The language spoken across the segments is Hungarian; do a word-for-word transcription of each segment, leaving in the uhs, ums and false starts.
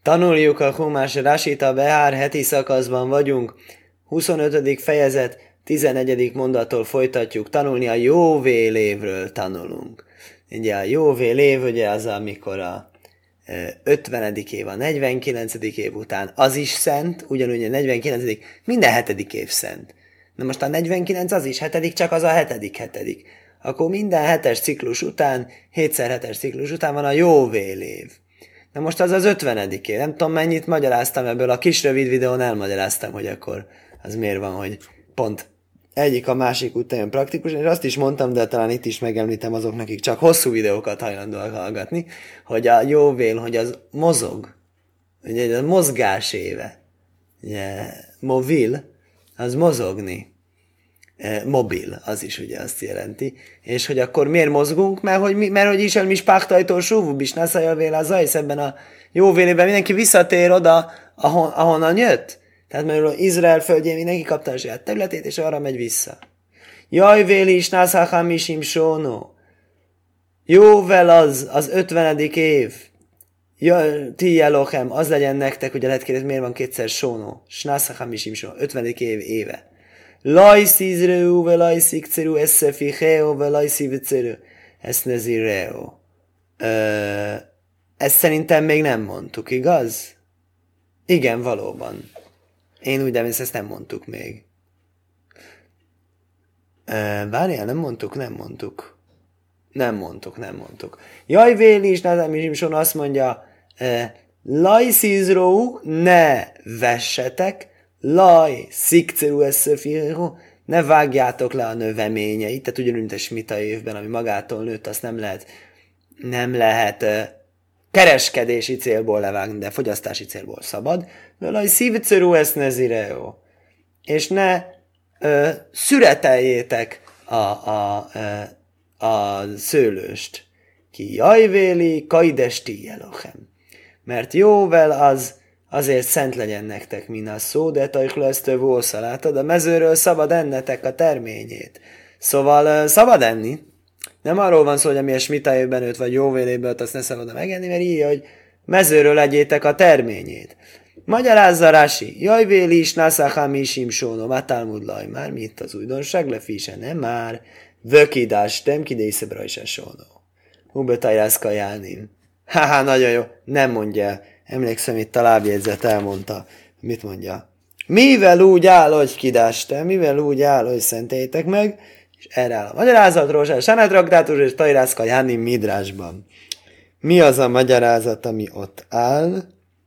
Tanuljuk a Humás Rásita Behár, heti szakaszban vagyunk, huszonötödik fejezet, tizennegyedik mondattól folytatjuk, tanulni a jóvél évről tanulunk. Ugye a jóvél év, ugye az, amikor a ötvenedik év, a negyvenkilencedik év után, az is szent, ugyanúgy a negyvenkilencedik minden hetedik év szent. Na most a negyvenkilenc az is hetedik, csak az a hetedik hetedik. Akkor minden hetes ciklus után, hétszer hetes ciklus után van a jóvél év. Na most az az ötvenedik év. Nem tudom, mennyit magyaráztam ebből. A kis rövid videón elmagyaráztam, hogy akkor az miért van, hogy pont egyik a másik után praktikus, és azt is mondtam, de talán itt is megemlítem azoknak, akik csak hosszú videókat hajlandóak hallgatni, hogy a jóvél, hogy az mozog. Ugye, a mozgás éve. Ugye, movil, az mozogni. Mobil, az is ugye azt jelenti. És hogy akkor miért mozgunk? Mert hogy, mi, mert hogy is el mi spáktajtól súvú, is naszaja vél az ajsz, ebben a jóvélében mindenki visszatér oda, ahon, ahonnan jött. Tehát mert Izrael földjén mindenki kapta a saját területét, és arra megy vissza. Jaj, véli is nászachám is imsónó. Jóvel az, az ötvenedik év. Jaj, ti jelochem, az legyen nektek, ugye lehet kérdezni, miért van kétszer sónó. Snászachám is imsónó, ötvenedik év éve. Lajsz izreu, ve lajsz ikceru, esse ficheo, ve lajsz ivceru, ezt nezireo. Ezt szerintem még nem mondtuk, igaz? Igen, valóban. Én úgy nem, ezt nem mondtuk még. Várjál, nem mondtuk, nem mondtuk. Nem mondtuk, nem mondtuk. Jaj, Véli is, Názám is Imson azt mondja, lajsz izreu, ne vessetek, laj, szikceru eszöfíró, ne vágjátok le a növeményeit, tehát ugyanúgy, mint a smita évben, ami magától nőtt, azt nem lehet, nem lehet uh, kereskedési célból levágni, de fogyasztási célból szabad. De laj, szívceru esznezireó. És ne uh, szüreteljétek a, a, uh, a szőlőst. Ki jajvéli, kaidesti jelochem. Mert jóvel az azért szent legyen nektek, min a szó, de tajklesztő vószalátod, a mezőről szabad ennetek a terményét. Szóval szabad enni. Nem arról van szó, hogy ami a smita évben őt, vagy jóvélében azt ne szabad megenni, mert így, hogy mezőről egyétek a terményét. Magyarázza Rási, jaj véli is, nászachám is imsónom, atálmudlaj, már mi itt az újdonság, lefise, nem már, vökidás, tem kidészebra is a sónó. Hubetajrászka jánim. Haha, nagyon jó, nem mondja. Emlékszem, itt a lábjegyzet elmondta. Mit mondja? Mivel úgy áll, hogy kidástem, mivel úgy áll, hogy szentélytek meg, és erre áll a magyarázat, Rózsán, Sanet Raktátus és Tajrászka Jánim Midrásban. Mi az a magyarázat, ami ott áll?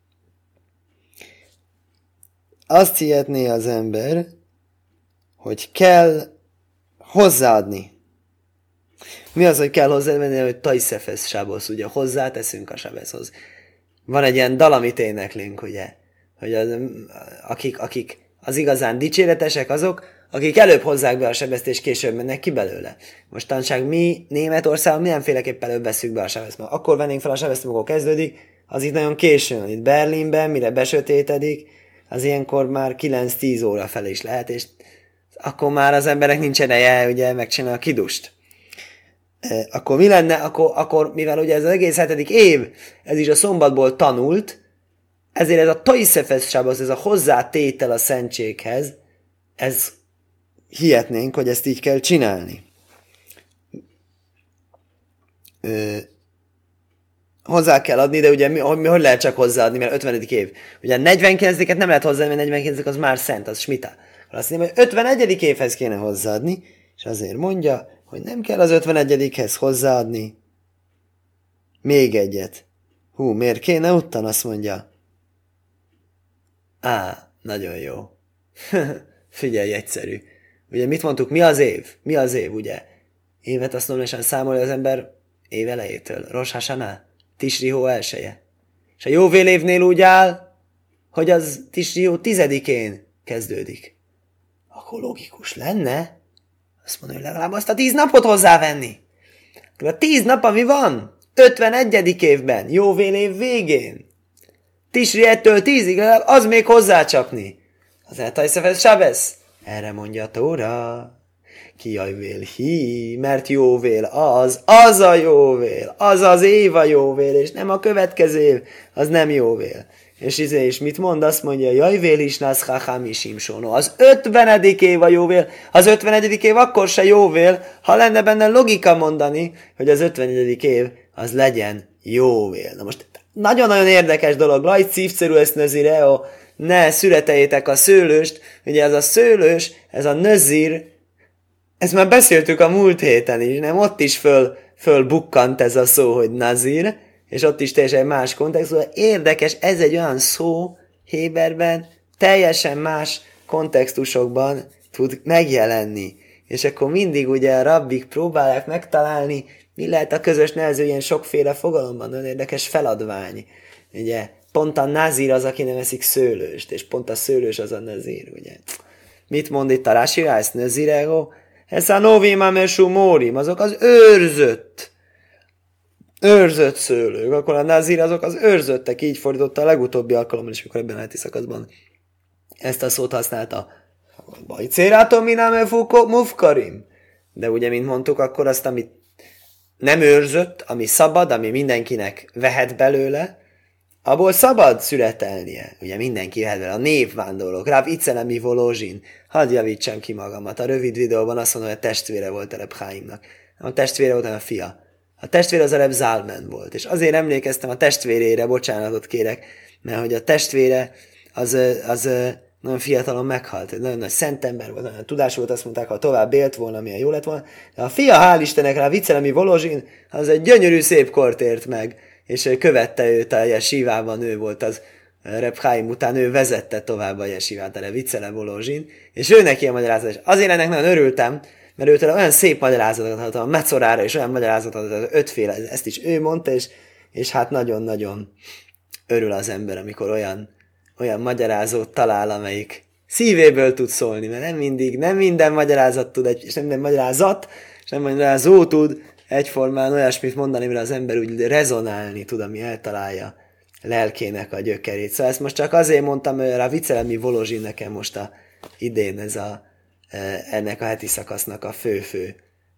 Azt hihetné az ember, hogy kell hozzáadni. Mi az, hogy kell hozzáadni, hogy Tajszefesz sábosz, ugye hozzáteszünk a sábeszhoz. Van egy ilyen dal, amit éneklünk, ugye, hogy az, akik, akik az igazán dicséretesek azok, akik előbb hozzák be a sebeszt, és később mennek ki belőle. Mostanság mi Németországon mindenféleképpen előbb veszük be a sebeszt. Akkor vennénk fel a sebeszt, amikor kezdődik, az itt nagyon későn. Itt Berlinben, mire besötétedik, az ilyenkor már kilenc-tíz óra felé is lehet, és akkor már az emberek nincs ereje, ugye, megcsinálni a kidust. Akkor mi lenne, akkor, akkor mivel ugye ez az egész hetedik év, ez is a szombatból tanult, ezért ez a Tajszefesz sábasz, ez a hozzátétel a szentséghez, ez hihetnénk, hogy ezt így kell csinálni. Ö, hozzá kell adni, de ugye mi, mi, hogy lehet csak hozzáadni, mert ötvenedik év. Ugye a negyvenkilencediket nem lehet hozzáadni, mert negyvenkilencedik az már szent, az smita. Azt mondja, hogy ötvenegyedik évhez kéne hozzáadni, és azért mondja, hogy nem kell az ötvenegyedikhez hozzáadni. Még egyet. Hú, miért kéne uttan, azt mondja. Á, nagyon jó. Figyelj, egyszerű. Ugye mit mondtuk, mi az év? Mi az év, ugye? Évet azt normálisan számolja az ember év elejétől. Rosh Hashanah, Tisri hó elseje. És a jóvél évnél úgy áll, hogy az Tisri hó tizedikén kezdődik. Akkor logikus lenne, azt mondja, hogy legalább azt a tíz napot hozzávenni. A tíz nap, ami van, ötvenegyedik évben, jóvél év végén. Tisri egytől tízig, legalább az még hozzácsapni. Az eltajszefesz sábesz. Erre mondja a Tóra. Ki jajvél hi, mert jóvél az, az a jóvél, az az év a jóvél, és nem a következő év, az nem jóvél. És izé is mit mond? Azt mondja, jajvél is nász hachám is imsónó. Az ötvenedik év a jóvél, az ötvenedik év akkor se jóvél, ha lenne benne logika mondani, hogy az ötvenedik év az legyen jóvél. Na most nagyon-nagyon érdekes dolog, lajt szívszerű ezt nözireo, ne születeljétek a szőlőst, ugye ez a szőlős, ez a nözir, ezt már beszéltük a múlt héten is, nem? Ott is föl, fölbukkant ez a szó, hogy nazir, és ott is teljesen más kontextus. Érdekes, ez egy olyan szó Héberben, teljesen más kontextusokban tud megjelenni. És akkor mindig ugye a rabbik próbálják megtalálni, mi lehet a közös nevező ilyen sokféle fogalomban, nagyon érdekes feladvány. Ugye pont a nazir az, aki nem eszik szőlőst, és pont a szőlős az a nazir, ugye. Mit mond itt a Rásira, ezt nazirego? Ez a novim amesú mórim, azok az őrzött, őrzött szőlők, akkor a nazir azok az őrzöttek, így fordította a legutóbbi alkalommal is, mikor ebben a heti szakaszban ezt a szót használta. Bajcérátom minám mufkarim. De ugye, mint mondtuk, akkor azt, amit nem őrzött, ami szabad, ami mindenkinek vehet belőle, abból szabad születelnie. Ugye mindenki vehet belőle. A névvándorlók, Ráv Icelemi Volozsin, hadd javítsam ki magamat. A rövid videóban azt mondom, hogy a testvére volt a Reb Chaimnak. A testvére volt a fia. A testvére az a Reb Zalman volt. És azért emlékeztem a testvérére, bocsánatot kérek, mert hogy a testvére az, az nagyon fiatalon meghalt. Nagyon nagy szentember volt, nagyon tudás volt, azt mondták, ha tovább élt volna, milyen jó lett volna. De a fia, hál' Istennek, Ráv Icelemi Volozsin, az egy gyönyörű szép kort ért meg, és követte őt a jesívában, ő volt az Reb Chaim után, ő vezette tovább a jesívát, a Reb Icelem Volozsin, és ő neki a magyarázat, és azért ennek nagyon örültem, mert őtől olyan szép magyarázatot adott, a Metzorára is olyan magyarázatot adott, az ötféle, ezt is ő mondta, és, és hát nagyon-nagyon örül az ember, amikor olyan, olyan magyarázót talál, amelyik szívéből tud szólni, mert nem mindig, nem minden magyarázat tud, és nem minden magyarázat, és nem magyarázó tud egyformán olyasmit mondani, mire az ember úgy rezonálni tud, ami eltalálja lelkének a gyökerét. Szóval ezt most csak azért mondtam, hogy a Vicelemi Volozsin nekem most a idén ez a, ennek a heti szakasznak a fő-fő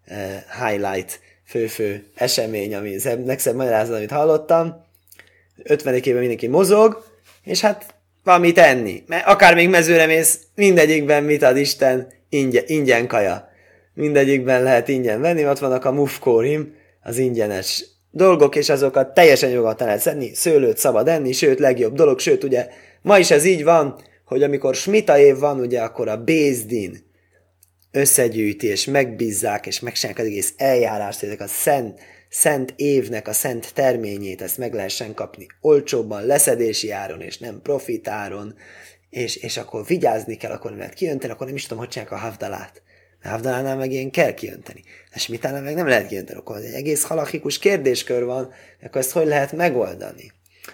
highlight, fő-fő esemény, ami legszebb magyarázat, amit hallottam. ötvenik évben mindenki mozog, és hát van mit enni. Mert akár még mezőre mész, mindegyikben mit ad Isten, ingyen, ingyen kaja. Mindegyikben lehet ingyen venni, ott vannak a mufkórim, az ingyenes dolgok, és azokat teljesen nyugodtan lehet szedni, szőlőt szabad enni, sőt, legjobb dolog, sőt, ugye, ma is ez így van, hogy amikor smita év van, ugye, akkor a Bézdin összegyűjti, és megbízzák, és megcsinálják az egész eljárást, ezek a szent, szent évnek a szent terményét, ezt meg lehessen kapni olcsóbban, leszedési áron, és nem profitáron, és, és akkor vigyázni kell, akkor nem lehet kijönteni, akkor nem is tudom, hogy csinálják a havdalát. A havdalánál meg ilyen kell kijönteni. A smitánál meg nem lehet kijönteni, akkor egy egész halachikus kérdéskör van, akkor ezt hogy lehet megoldani?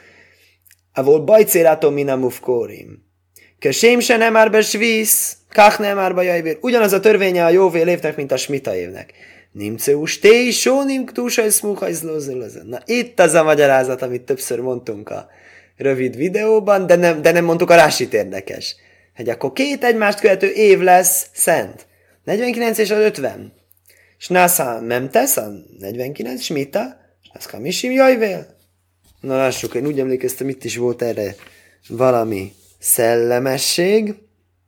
Avol bajcérátom minamuf kórim. Kösém se nem árbe svísz, kach nem árba jajvér. Ugyanaz a törvénye a jóvél évnek, mint a smita évnek. Nimceus té só nim ktúsa szmuha izlózilozon. Na itt az a magyarázat, amit többször mondtunk a rövid videóban, de nem, de nem mondtuk a rásit érdekes. Hogy akkor két egymást követő év lesz szent. negyvenkilenc és az ötven. És násza nem tesz a negyvenkilenc, smita, és az kamisim jajvél. Na lássuk, én úgy emlékeztem, itt is volt erre valami szellemesség.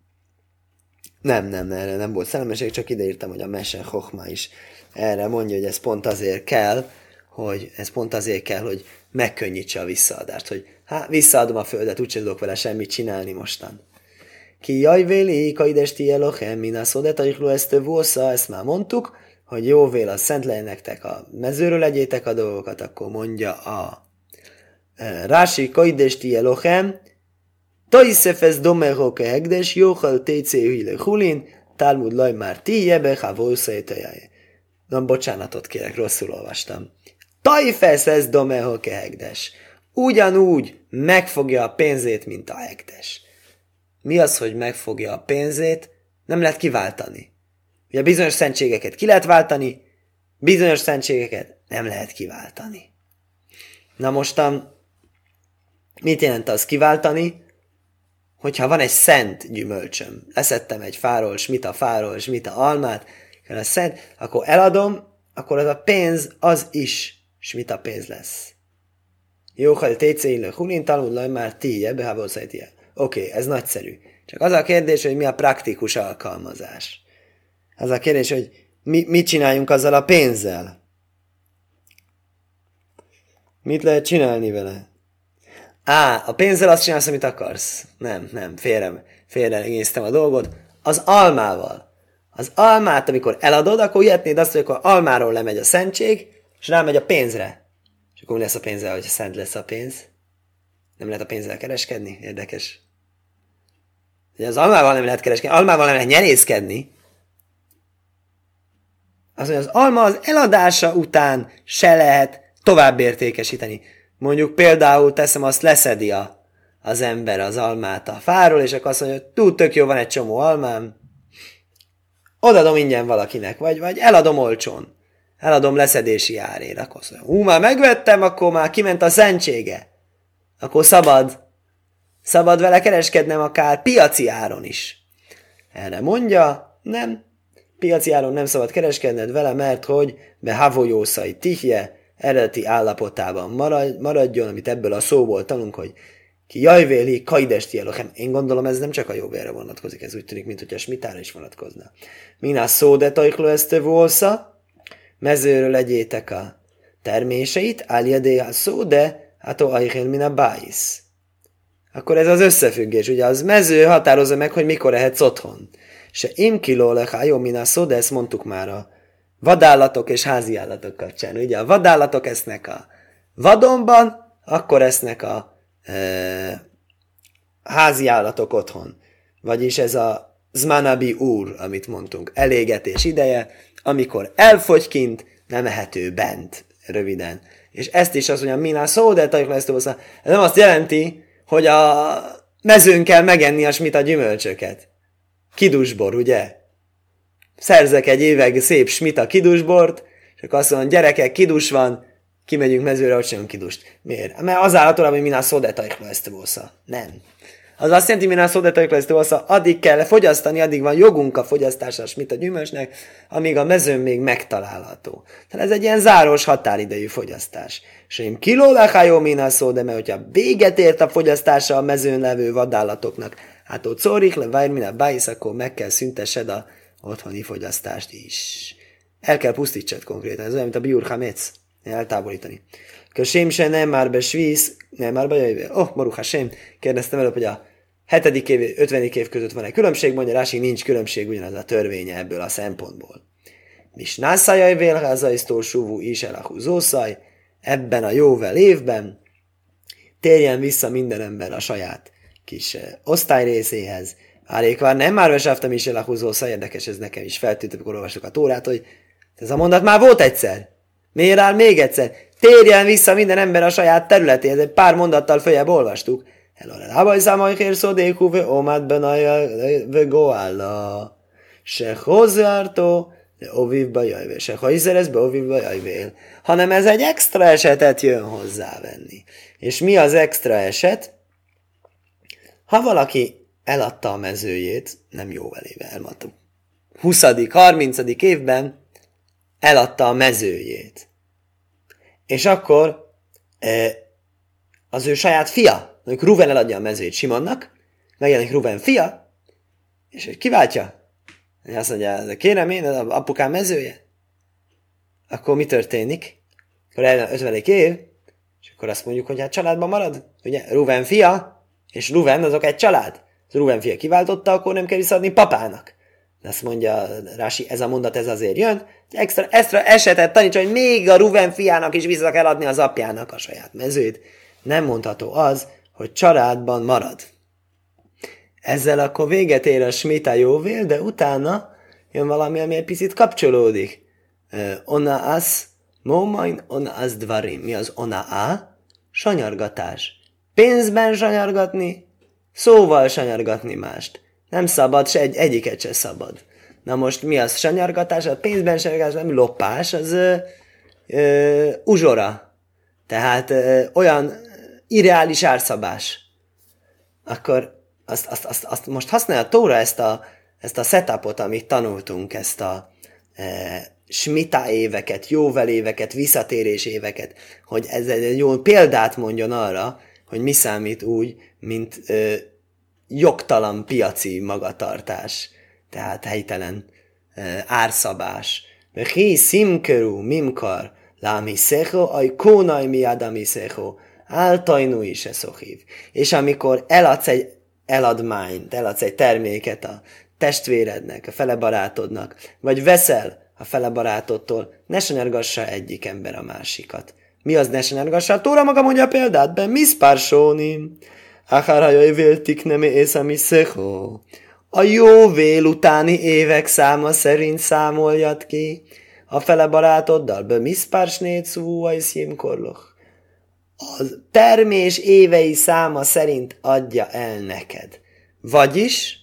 Nem, nem, erre nem volt szellemesség, csak ideírtam, hogy a Mese Chochma is erre mondja, hogy ez pont azért kell, hogy ez pont azért kell, hogy megkönnyítse a visszaadást, hogy hát visszaadom a földet, úgyse tudok vele semmit csinálni mostan. Ki jajvéli, kaidesti elochem, minaszodet, ajklu ezt vósza, ezt már mondtuk, hogy jóvél, az szent legyen nektek, a mezőről legyétek a dolgokat, akkor mondja a Rási, kaidesti elochem, Taisefes domeroke hegdes, jóhal técé hüle hulin, Talmud laj már tíjebe, ha vószajtajáj. Na, bocsánatot kérek, rosszul olvastam. Taisefes domeroke hegdes. Ugyanúgy megfogja a pénzét, mint a hegdes. Mi az, hogy megfogja a pénzét? Nem lehet kiváltani. Ugye bizonyos szentségeket ki lehet váltani, bizonyos szentségeket nem lehet kiváltani. Na mostan, mit jelent az kiváltani? Hogyha van egy szent gyümölcsöm, leszettem egy fáról, smita fáról, smita almát, lesz szent, akkor eladom, akkor az a pénz, az is smita pénz lesz. Jó, ha técéillő hunin tanulj már tíje, behávolszajtije. Oké, ez nagyszerű. Csak az a kérdés, hogy mi a praktikus alkalmazás. Az a kérdés, hogy mi, mit csináljunk azzal a pénzzel. Mit lehet csinálni vele? Á, a pénzzel azt csinálsz, amit akarsz. Nem, nem, félre, félre egésztem a dolgot. Az almával. Az almát, amikor eladod, akkor ilyetnéd azt, hogy akkor almáról lemegy a szentség, és rámegy a pénzre. És akkor mi lesz a pénzzel, hogyha szent lesz a pénz? Nem lehet a pénzzel kereskedni? Érdekes. Ugye az almával nem lehet kereskedni, almával nem lehet nyerészkedni. Az, hogy az alma az eladása után se lehet tovább értékesíteni. Mondjuk például teszem, azt leszedi a, az ember az almát a fáról, és akkor azt mondja, hogy túl tök jó, van egy csomó almám, odadom ingyen valakinek, vagy, vagy eladom olcsón. Eladom leszedési árért. Akkor azt mondja, hú, már megvettem, akkor már kiment a szentsége. Akkor szabad, szabad vele kereskednem akár piaci áron is. Erre mondja, nem, piaci áron nem szabad kereskedned vele, mert hogy be havojószai tihje, eredeti állapotában maradjon, amit ebből a szóból tanulunk, hogy ki jajvéli, kaidesti elochem. Én gondolom, ez nem csak a jóvélre vonatkozik, ez úgy tűnik, mint hogy a smitára is vonatkozna. Minás szóde tajkló ezt volsza, mezőről legyétek a terméseit, áljadé a szóde, hát a ajhél min a bájsz. Akkor ez az összefüggés, ugye az mező határozza meg, hogy mikor ehetsz otthon. Se imkiló lehájó min a szóde, ezt mondtuk már a vadállatok és háziállatok kapcsán. Ugye a vadállatok esznek a vadonban, akkor esznek a e, háziállatok otthon. Vagyis ez a zmanabi úr, amit mondtunk, elégetés ideje, amikor elfogy kint, nem ehető bent, röviden. És ezt is az, hogy a miná szó, de ez nem azt jelenti, hogy a mezőn kell megenni a smita gyümölcsöket. Kidusbor, ugye? Szerzek egy éveg szép smita kidusbort, és akkor azt mondom, gyerekek, kidus van, kimegyünk mezőre, hogy sem kidust. Miért? Mert az állatora, hogy minál szódetajkla ezt volsza. Nem. Az azt jelenti, minál szódetajkla ezt volsza, addig kell fogyasztani, addig van jogunk a fogyasztásra a smita gyümölcsnek, amíg a mezőn még megtalálható. Tehát ez egy ilyen záros határidejű fogyasztás. És én kilólakájó minál szó, de mert hogyha véget ért a fogyasztása a mezőn levő vadállatoknak, hát ott szórik le, várj minál bájsz, akkor meg kell szüntessed a otthoni fogyasztást is. El kell pusztítsad konkrétan, ez olyan, mint a biur hametz, eltávolítani. Kösém se nem már be svíz, nem már be oh, Baruch Hashem, kérdeztem előbb, hogy a hetedik év, ötvenik év között van egy különbség, mondja Rási, nincs különbség, ugyanaz a törvénye ebből a szempontból. Misnászajaj vélházaisztól súvú is elahúzószaj, ebben a jóvel évben térjen vissza minden ember a saját kis osztályrészéhez. Árékvár nem már vesávtam is elahúzószaj, érdekes, ez nekem is feltűnt, amikor olvastuk a Tórát, hogy ez a mondat már volt egyszer. Miért áll még egyszer? Térjen vissza minden ember a saját területéhez, egy pár mondattal följebb olvastuk. Elore lábaj számajkér szódékú ve omát benaja ve goálla. Se hozzártó, de ovívba jajvél. Se hajzerez be ovívba jajvél. Hanem ez egy extra esetet jön hozzávenni. És mi az extra eset? Ha valaki eladta a mezőjét, nem jó elével elmadtuk. huszadik, harmincadik évben eladta a mezőjét. És akkor e, az ő saját fia, amikor Ruven eladja a mezőjét Simonnak, megjelenik Ruven fia, és hogy kiváltja. És azt mondja, kérem én, az apukám mezője. Akkor mi történik? Akkor eljön ötvenik év, és akkor azt mondjuk, hogy hát családban marad. Ugye, Ruven fia, és Ruven azok egy család. Ha Ruven fia kiváltotta, akkor nem kell visszaadni papának. Azt mondja Rási, ez a mondat ez azért jön, extra, extra esetet taníts, hogy még a Ruven fiának is vissza kell adni az apjának a saját mezőt. Nem mondható az, hogy családban marad. Ezzel akkor véget ér a smita jóvél, de utána jön valami, ami egy picit kapcsolódik. Ona az, momain, ona az dvarim. Mi az ona a? Sanyargatás. Pénzben sanyargatni, szóval sanyargatni mást. Nem szabad, se egy, egyiket se szabad. Na most mi az sanyargatás? A pénzben sanyargatás, nem lopás, az ö, ö, uzsora. Tehát ö, olyan irreális árszabás. Akkor azt, azt, azt, azt most használja a Tóra ezt a, ezt a setupot, amit tanultunk, ezt a smita éveket, jóvel éveket, visszatérés éveket, hogy ez egy jó példát mondjon arra, hogy mi számít úgy, mint ö, jogtalan piaci magatartás, tehát helytelen ö, árszabás. Hi szimkerú mimkar lámi szecho, aj kónaj miadami szecho, áltajnú is e szohív. És amikor eladsz egy eladmányt, eladsz egy terméket a testvérednek, a fele barátodnak, vagy veszel a fele barátodtól, ne sanyargassa egyik ember a másikat. Mi az ne sanyargassa? A Tóra maga mondja a példát, be miszpársóni. Acharajaj véltik nem észami szechó. A jóvél utáni évek száma szerint számoljad ki a fele barátoddal, be miszpársnét szúvaj szimkorloch. A termés évei száma szerint adja el neked. Vagyis,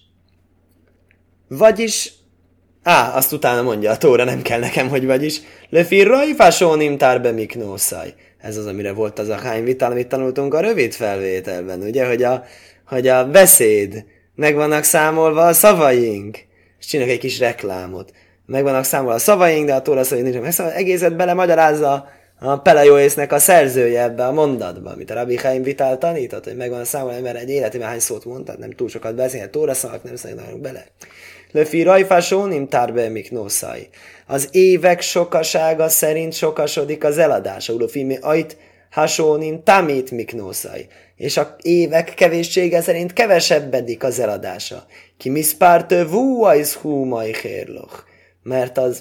vagyis, á, azt utána mondja a Tóra, nem kell nekem, hogy vagyis, löfi rajfásónim tárbe miknószaj. Ez az, amire volt az a hány vitál, amit tanultunk a rövid felvételben, ugye, hogy a, hogy a beszéd, meg vannak számolva a szavaink. És csinálok egy kis reklámot. Meg vannak számolva a szavaink, de a Tóra szó, hogy nincs meg számolva. Egészet bele magyarázza a Pelejóésznek a szerzője ebbe a mondatba, amit a Rabbi Chaim Vitál tanított, hogy megvan a számolva, mert egy életében hány szót mondtad, nem túl sokat beszélni, Tóra szavak nem szólnak bele. Löfi rajfásónim tárbe miknószaj. Az évek sokasága szerint sokasodik az eladása. Ulofi mi ajt hasónim tamít miknószaj. És a évek kevéssége szerint kevesebbedik az eladása. Ki miszpártő vúajsz húmaj hérloch. Mert az,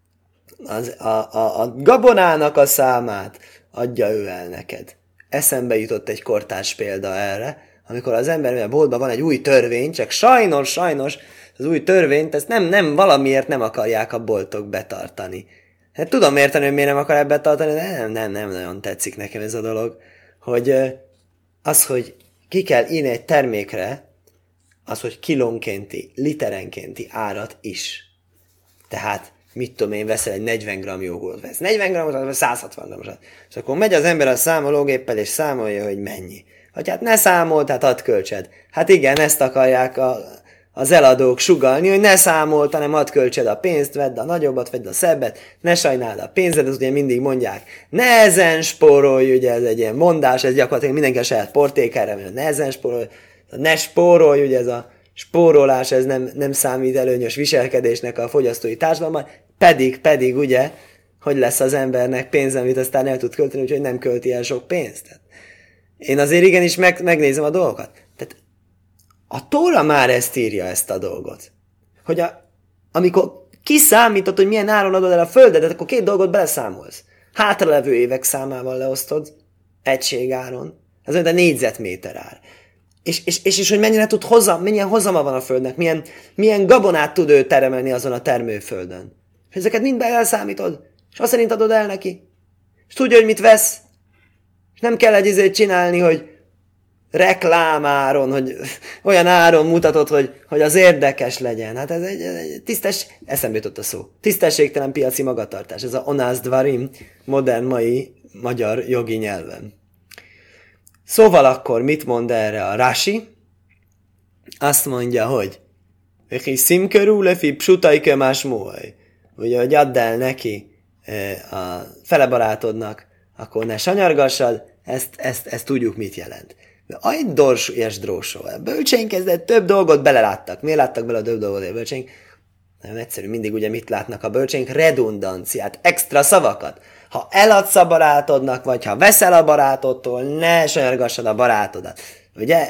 az a, a, a gabonának a számát adja ő el neked. Eszembe jutott egy kortárs példa erre, amikor az ember, a boltban van egy új törvény, csak sajnos, sajnos az új törvényt, ezt nem, nem valamiért nem akarják a boltok betartani. Hát tudom érteni, hogy miért nem akarják betartani, de nem, nem, nem nagyon tetszik nekem ez a dolog, hogy az, hogy ki kell írni egy termékre, az, hogy kilónkénti, literenkénti árat is. Tehát, mit tudom én, veszel egy negyven gramm joghurt, vesz negyven grammot, vagy száz hatvan grammot. És akkor megy az ember a számológéppel, és számolja, hogy mennyi. Vagy hát ne számol, tehát add költsed. Hát igen, ezt akarják a, az eladók sugalni, hogy ne számolt, hanem add költsed a pénzt, vedd a nagyobbat, vedd a szebbet, ne sajnáld a pénzed, ezt ugye mindig mondják. Nehezen spórolj, ugye ez egy ilyen mondás, ez gyakorlatilag mindenki a saját portékára, mert nehezen spórolj, ne spórolj, ugye ez a spórolás, ez nem, nem számít előnyös viselkedésnek a fogyasztói társadalomban, pedig, pedig ugye, hogy lesz az embernek pénz, amit aztán el tud költeni, úgyhogy nem költi el sok pénzt. Én azért igenis meg, megnézem a dolgokat. Tehát a Tóra már ezt írja, ezt a dolgot. Hogy a, amikor kiszámítod, hogy milyen áron adod el a földedet, akkor két dolgot beleszámolsz. Hátralevő évek számával leosztod, egységáron. Ez olyan a négyzetméter ár. És, és, és, és hogy mennyire tud hozam, milyen hozama van a földnek, milyen, milyen gabonát tud ő termelni azon a termőföldön. És ezeket mind beleszámítod, és azt szerint adod el neki. És tudja, hogy mit vesz. És nem kell egy izét csinálni, hogy reklámáron, hogy olyan áron mutatod, hogy, hogy az érdekes legyen. Hát ez egy, egy tisztes, eszembe jutott a szó, tisztességtelen piaci magatartás. Ez a onász dvarim modern mai magyar jogi nyelven. Szóval akkor mit mond erre a Rashi? Azt mondja, hogy Echi szimkerú lefi psutaike más móhaj. Ugye, hogy add el neki a fele barátodnak, akkor ne sanyargassad, ezt, ezt, ezt tudjuk, mit jelent. De ajt dors és drósó. A bölcsénk kezdett több dolgot beleláttak. Miért láttak bele a több dolgot a bölcsénk? Nem egyszerű, mindig ugye mit látnak a bölcsénk? Redundanciát, extra szavakat. Ha eladsz a barátodnak, vagy ha veszel a barátodtól, ne sanyargassad a barátodat. Ugye?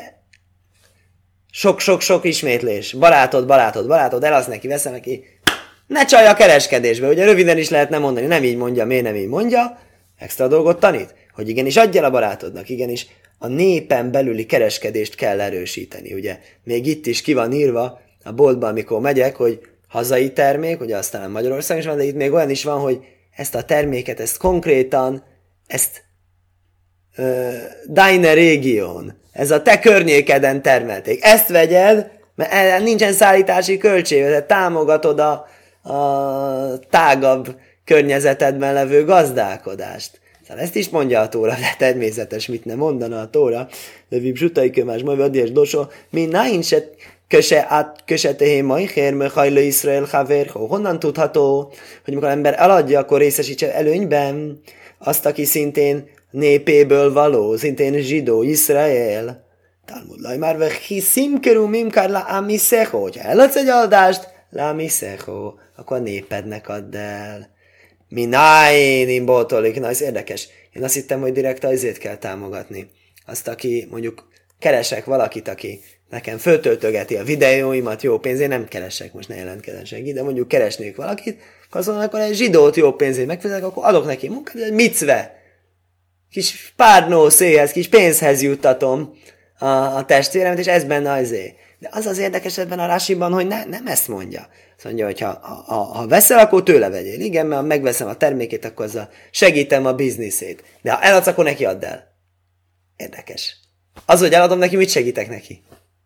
Sok-sok-sok ismétlés. Barátod, barátod, barátod, eladsz neki, veszel neki. Ne csalj a kereskedésbe. Ugye röviden is lehetne mondani, nem így mondja, miért nem így mondja. Extra dolgot tanít, hogy igenis adj el a barátodnak, igenis a népen belüli kereskedést kell erősíteni, ugye. Még itt is ki van írva a boltban, amikor megyek, hogy hazai termék, ugye aztán Magyarországon is van, de itt még olyan is van, hogy ezt a terméket, ezt konkrétan, ezt uh, deine régión, ez a te környékeden termelték. Ezt vegyed, mert nincsen szállítási költség, tehát támogatod a, a tágabb környezetedben levő gazdálkodást. Szóval ezt is mondja a Tóra, de természetes, mit nem mondana a Tóra. De vib zsutaikő más majd addiás dosó, mi náin se Köse át, köse tehé majhér, mehajlő Iszrael haver. Honnan tudható, hogy amikor ember eladja, akkor részesítse előnyben azt, aki szintén népéből való, szintén zsidó, Iszrael. Talmud lajmár, ve hiszim kerül mimkár la amiszecho. Hogyha eladsz egy adást, la amiszecho, akkor a népednek add el. Minájn imboltolik. Na, ez érdekes. Én azt hittem, hogy direkt azért kell támogatni. Azt, aki mondjuk keresek valakit, aki nekem föltöltögeti a videóimat jó pénzért, nem keresek, most ne jelentkezzen senki, de mondjuk keresnék valakit, akkor azt mondom, akkor egy zsidót jó pénzért megfizetek, akkor adok neki munkát, egy micve. Kis párnó széhez, kis pénzhez juttatom a, a testvéremet, és ez benne azért. De az az érdekes ebben a rásiban, hogy ne, nem ezt mondja. Azt mondja, hogy ha, ha, ha veszel, akkor tőle vegyél. Igen, mert ha megveszem a termékét, akkor azzal segítem a bizniszét. De ha eladsz, akkor neki add el. Érdekes. Az, hogy eladom neki, mit segítek neki?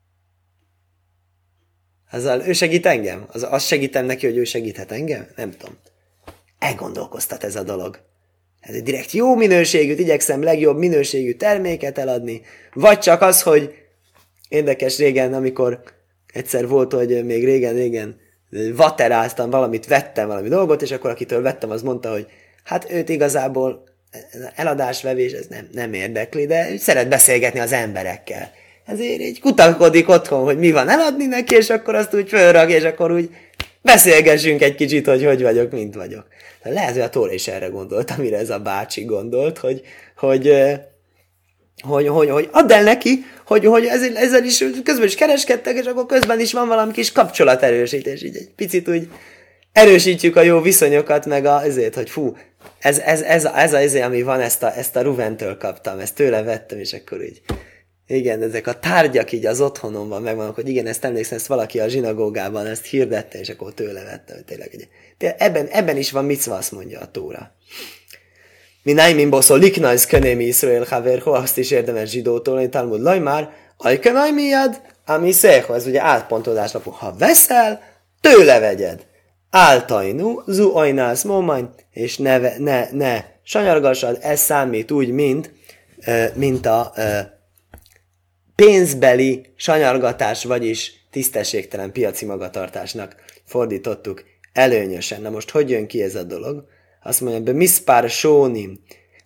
Azzal ő segít engem? Az, azt segítem neki, hogy ő segíthet engem? Nem tudom. Elgondolkoztat ez a dolog. Ez egy direkt jó minőségű, igyekszem legjobb minőségű terméket eladni, vagy csak az, hogy érdekes régen, amikor egyszer volt, hogy még régen-régen vateráztam, valamit vettem, valami dolgot, és akkor akitől vettem, az mondta, hogy hát őt igazából eladásvevés, ez nem, nem érdekli, de szeret beszélgetni az emberekkel. Ezért így kutakodik otthon, hogy mi van eladni neki, és akkor azt úgy fölrag, és akkor úgy beszélgessünk egy kicsit, hogy hogy vagyok, mint vagyok. De lehet, hogy a Tóra is erre gondolt, amire ez a bácsi gondolt, hogy, hogy, hogy, hogy, hogy add el neki, hogy, hogy ezzel, ezzel is közben is kereskedtek, és akkor közben is van valami kis kapcsolaterősítés, így egy picit úgy erősítjük a jó viszonyokat, meg a, ezért, hogy fú, ez, ez, ez, ez, ez a ezért, ami van, ezt a, ezt a Ruventől kaptam, ezt tőle vettem, és akkor így igen, ezek a tárgyak így az otthonomban megvannak, hogy igen, ezt emlékszem, ezt valaki a zsinagógában ezt hirdette, és akkor tőle vette, hogy tényleg egy... Ebben, ebben is van micva, azt mondja a Tóra. Mi nájmin boszol liknajsz könémi Iszrael haverho, azt is érdemes zsidótól, hogy Talmud lajmár, ajkanaj miad, ami szého, ez ugye átpontozás lapú. Ha veszel, tőle vegyed. Áltajnu, zu ajnász momain, és ne, ne, ne sanyargassad, ez számít úgy, mint, mint a pénzbeli sanyargatás, vagyis tisztességtelen piaci magatartásnak fordítottuk előnyösen. Na most hogy jön ki ez a dolog? Azt mondja, be miszpár sónim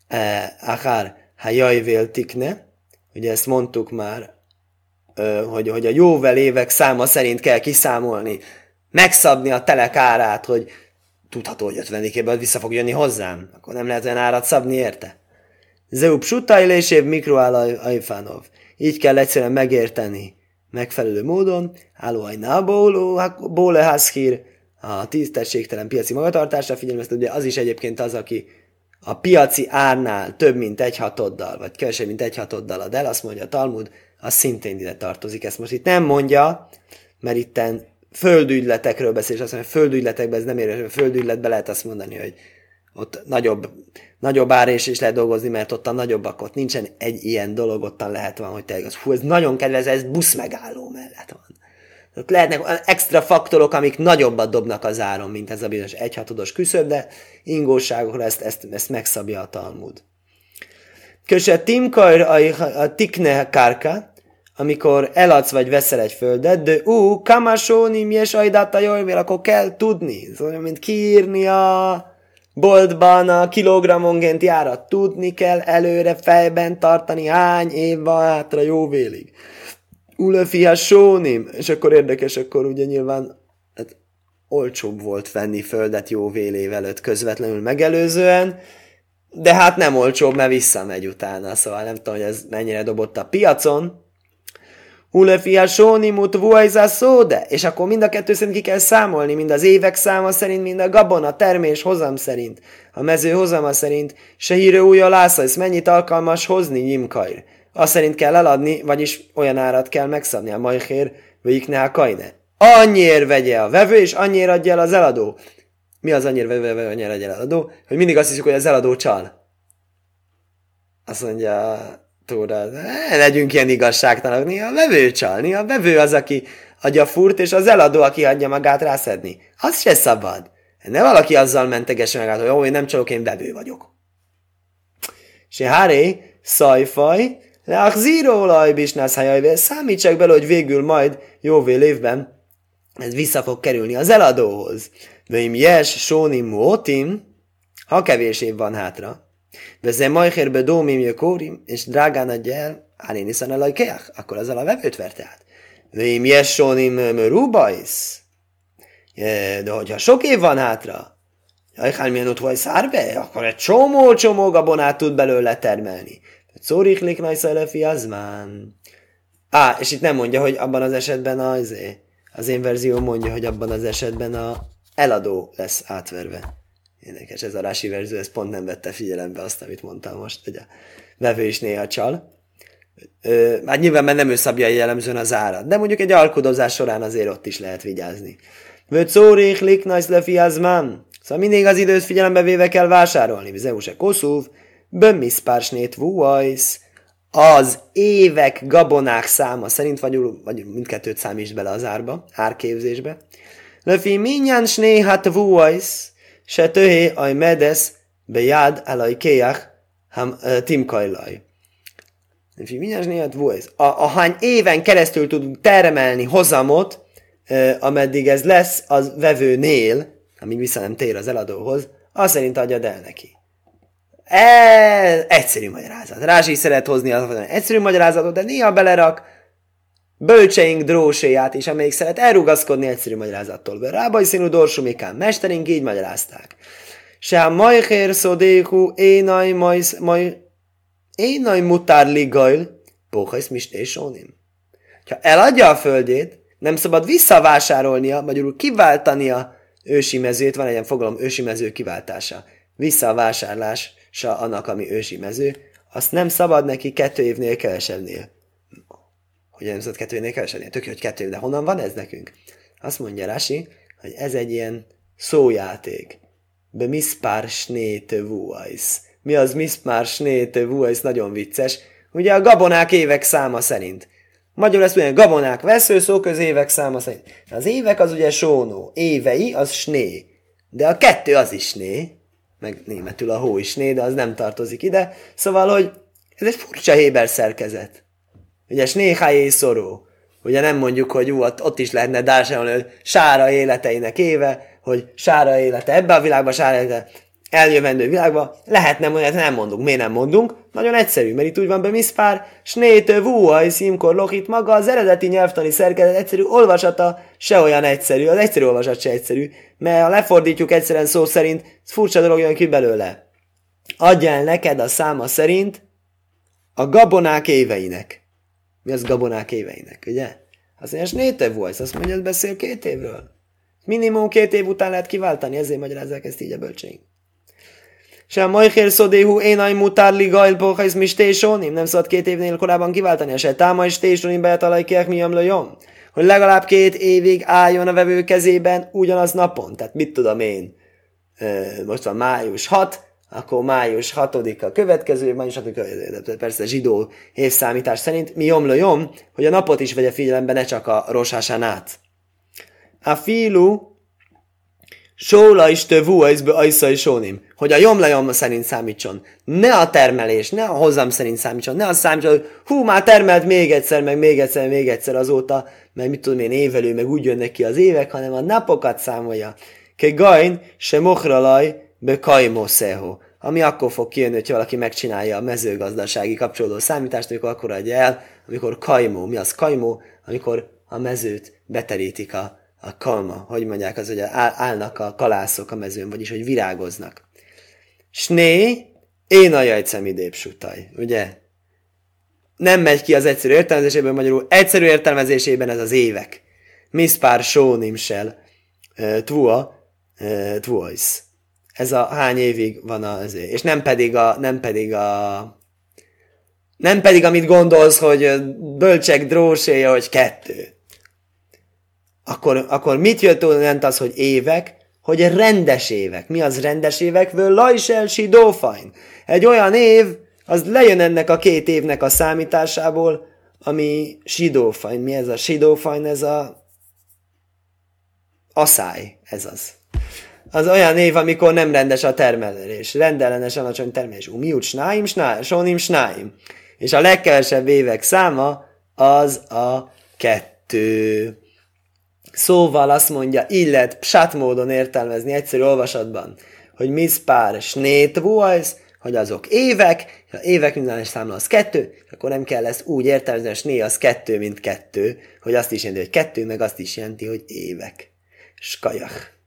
akár ha jajvél tikne, ugye ezt mondtuk már, hogy, hogy a jóvel évek száma szerint kell kiszámolni, megszabni a telek árát, hogy tudható, hogy ötvenikében vissza fog jönni hozzám, akkor nem lehet olyan árat szabni érte. Zeu psutajlésév mikroáll ajfánov. Így kell egyszerűen megérteni megfelelő módon, állóajná bóleházhír, a tisztességtelen piaci magatartásra figyelmeztet, ugye az is egyébként az, aki a piaci árnál több mint egy hatoddal, vagy kevesebb mint egy hatoddal ad el, azt mondja a Talmud, az szintén ide tartozik. Ezt most itt nem mondja, mert itten földügyletekről beszél, és azt mondja, földügyletekben ez nem ér, földügyletben lehet azt mondani, hogy ott nagyobb, nagyobb árés is lehet dolgozni, mert ott a nagyobbak, ott nincsen egy ilyen dolog, ottan lehet van, hogy tényleg az, hú, ez nagyon kedves, ez busz megálló mellett van. Ott lehetnek extra faktorok, amik nagyobbat dobnak az áron, mint ez a bizonyos egyhatodos küszöb, de ingóságokra ezt, ezt, ezt megszabja a Talmud. Köse timkajr a tikne kárka, amikor eladsz vagy veszel egy földet, de ú, kamasónim és ajdát a jajvél, akkor kell tudni. Szóval, mint kiírni a boltban a kilogrammonként járat. Tudni kell előre fejben tartani, hány év van hátra jóvélig. Ulefia sónim, és akkor érdekes, akkor ugye nyilván hát, olcsóbb volt venni földet jóvél év előtt közvetlenül megelőzően, de hát nem olcsóbb, mert visszamegy utána, szóval nem tudom, hogy ez mennyire dobott a piacon. Ulefia sónim ut vuajza szóde, és akkor mind a kettő szerint ki kell számolni, mind az évek száma szerint, mind a gabona termés hozam szerint, a mező hozama szerint, se hírő újja lásza, ez mennyit alkalmas hozni nyimkajr. Azt szerint kell eladni, vagyis olyan árat kell megszabni a majhér, vöjikne a kajne. Annyiért vegye a vevő, és annyiért adja el az eladó. Mi az annyiért vevő, annyiért adja el az eladó? Hogy mindig azt hiszük, hogy az eladó csal. Azt mondja Tóra, ne legyünk ilyen igazságtalanok, néha a vevő csal, néha a vevő az, aki adja furt, és az eladó, aki adja magát rászedni. Az se szabad. Ne valaki azzal mentegesse magát, hogy jó, én nem csalok, én vevő vagyok. Se háré, szajfaj, Leach zero olaj bisnász hajajvé. Számítsák bele, hogy végül majd jóvél évben ez vissza fog kerülni az eladóhoz. Vöim jes, sónim, mótim, ha kevés év van hátra. Vezé majhérbe dómim jökórim, és drágán adja el, állén iszan elajkeach, akkor azzal a vevőt verte át. Vöim jes, sónim, mörúbajsz. De hogyha sok év van hátra, jajhál milyen ott vagy szárbe, akkor egy csomó-csomó gabonát tud belőle termelni. Szóriklik najszajlefi azmán. Á, és itt nem mondja, hogy abban az esetben az, az én verzió mondja, hogy abban az esetben a eladó lesz átverve. Érdekes, ez a Rási verzió, ez pont nem vette figyelembe azt, amit mondtam most, hogy a vevő is néha csal. Ö, hát nyilván mert nem ő szabja jellemzően az árat, de mondjuk egy alkudozás során azért ott is lehet vigyázni. Vöt szóriklik najszlefi azmán. Szóval mindig az időt figyelembe véve kell vásárolni. Vizeuse koszúv, bömmiszpársnét vuajsz. Az évek gabonák száma szerint, vagy, vagy mindkettőt számítsd bele az árba, árképzésbe. Löfi minnyán snéhat vuajsz, se töhé aj medesz, bejád alaj kéjach, ham timkajlaj. Löfi minnyán snéhat vuajsz. Ahány éven keresztül tud termelni hozamot, ameddig ez lesz az vevőnél, amíg vissza nem tér az eladóhoz, az szerint adjad el neki. Ez egyszerű magyarázat. Rási szeret hozni az egyszerű magyarázatot, de néha belerak bölcseink dróséját is, amelyik szeret elrugaszkodni egyszerű magyarázattól. Rábaj színű dorsumikán mesterink így magyarázták. Se a majhér szodéhu énaj majsz maj énaj mutár ligajl póhajsz mistésónim. Ha eladja a földjét, nem szabad visszavásárolnia, magyarul kiváltania ősi mezőt, van egy ilyen fogalom, ősi mező kiváltása. Vissza a vásárlása annak, ami ősi mező, azt nem szabad neki kettő évnél kevesebbnél. Hogy nem szabad kettő évnél kevesebbnél? Tök jó, hogy kettő év, de honnan van ez nekünk? Azt mondja Rási, hogy ez egy ilyen szójáték. Be miszpár snét vuajsz. Mi az miszpár snét vuajsz? Nagyon vicces. Ugye a gabonák évek száma szerint. Magyarul ezt mondja, gabonák veszőszó köz évek száma szerint. Az évek az ugye sónó, évei az sné, de a kettő az is sné, meg németül a hó is sné, de az nem tartozik ide, szóval, hogy ez egy furcsa héber szerkezet. Ugye snéhájé szoró, ugye nem mondjuk, hogy ú, ott, ott is lehetne dársáolni, hogy sára életeinek éve, hogy sára élete ebbe a világba, sára élete eljövendő világba, lehetne mondani, nem mondunk. Miért nem mondunk? Nagyon egyszerű, mert itt úgy van be miszpár, snétő vúhaj szímkor lochit maga, az eredeti nyelvtani szerkezet egyszerű olvasata se olyan egyszerű, az egyszerű olvasat se egyszerű, mert ha lefordítjuk egyszerűen szó szerint, furcsa dolog jön ki belőle. Adja el neked a száma szerint a gabonák éveinek. Mi az gabonák éveinek, ugye? Azt mondja, snétő vúhaj, azt mondja, hogy beszél két évről. Minimum két év után lehet kiváltani, ezért magyarázzák ezt így a bölcseink. Se a majhér szodéhu énaj mutárli gajl pohajsz mi stésónim, nem szabad két évnél korábban kiváltani, se támaj stésónim betalaj kiek mi jom, hogy legalább két évig álljon a vevő kezében ugyanaz napon. Tehát mit tudom én, most van május hat, akkor május hatodika következő, május hatodika, persze zsidó évszámítás szerint, mi jom jom, hogy a napot is vegye figyelembe, ne csak a rosásán át. A filu sóla is tövú ajszbe ajszai sónim, hogy a jomlajom szerint számítson. Ne a termelés, ne a hozzam szerint számítson, ne az számítson, hogy hú, már termelt még egyszer, meg még egyszer, még egyszer azóta, meg mit tudom én, évelő, meg úgy jönnek ki az évek, hanem a napokat számolja. Ke gajn se mochralaj be kajmoszeho. Ami akkor fog kijönni, hogyha valaki megcsinálja a mezőgazdasági kapcsolódó számítást, amikor akkor adja el, amikor kajmó. Mi az kajmó? Amikor a mezőt beterítik a a kalma, hogy mondják, az, hogy állnak a kalászok a mezőn, vagyis, hogy virágoznak. Sné, én a jajcem idébb sutaj, ugye? Nem megy ki az egyszerű értelmezésében, magyarul egyszerű értelmezésében ez az évek. Miszpár sónimsel, tvua, tvuajsz. Ez a hány évig van az, és nem pedig a, nem pedig a, nem pedig amit gondolsz, hogy bölcsek dróséja, hogy kettő. Akkor, akkor mit jött jelent az, hogy évek? Hogy rendes évek. Mi az rendes évek? Lajsel sidófajn. Egy olyan év, az lejön ennek a két évnek a számításából, ami sidófajn. Mi ez a sidófajn? Ez a aszály. Ez az. Az olyan év, amikor nem rendes a termelés. Rendellenes alacsony termelés. Umiut snáim, sónim snáim. És a legkevesebb évek száma az a kettő. Szóval azt mondja, illet psát módon értelmezni egyszerű olvasatban, hogy miszpár snét vuajsz, hogy azok évek, ha évek minden számla az kettő, akkor nem kell ezt úgy értelmezni, a sné az kettő, mint kettő, hogy azt is jelenti, hogy kettő, meg azt is jelenti, hogy évek. Skajach.